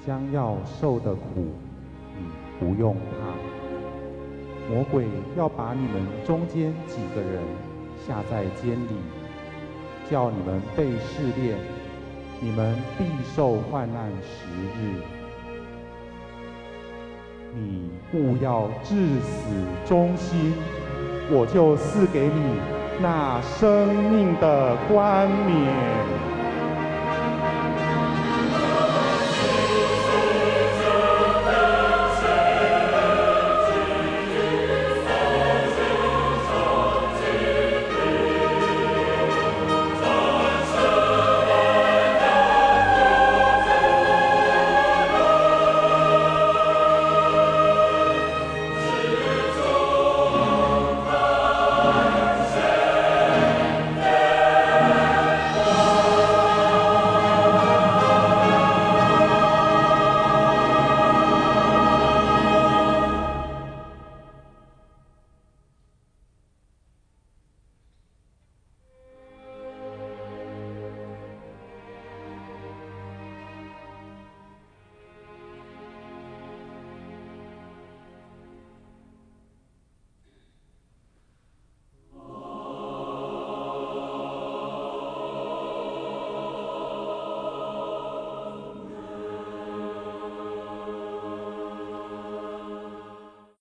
将要受的苦，你不用怕。魔鬼要把你们中间几个人下在监里，叫你们被试炼，你们必受患难十日。你务要至死忠心，我就赐给你那生命的冠冕。